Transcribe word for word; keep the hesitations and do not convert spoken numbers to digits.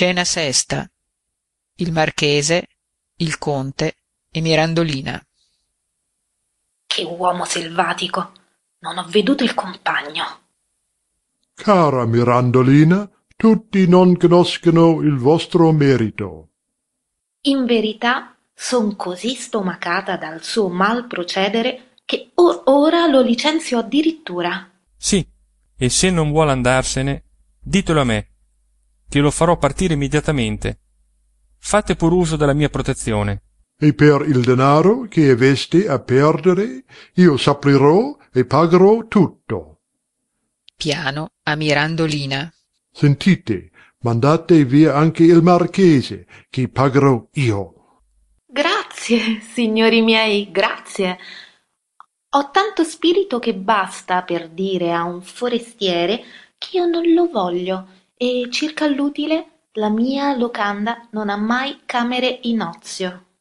Scena sesta. Il marchese, il conte e Mirandolina. Che uomo selvatico! Non ho veduto il compagno. Cara Mirandolina, tutti non conoscono il vostro merito. In verità son così stomacata dal suo mal procedere che or ora lo licenzio addirittura. Sì, e se non vuole andarsene, ditelo a me, che lo farò partire immediatamente. Fate pur uso della mia protezione. E per il denaro che aveste a perdere, io saplirò e pagherò tutto. Piano a Mirandolina. Sentite, mandate via anche il marchese, che pagherò io. Grazie, signori miei, grazie. Ho tanto spirito che basta per dire a un forestiere ch'io non lo voglio, e circa l'utile, la mia locanda non ha mai camere in ozio.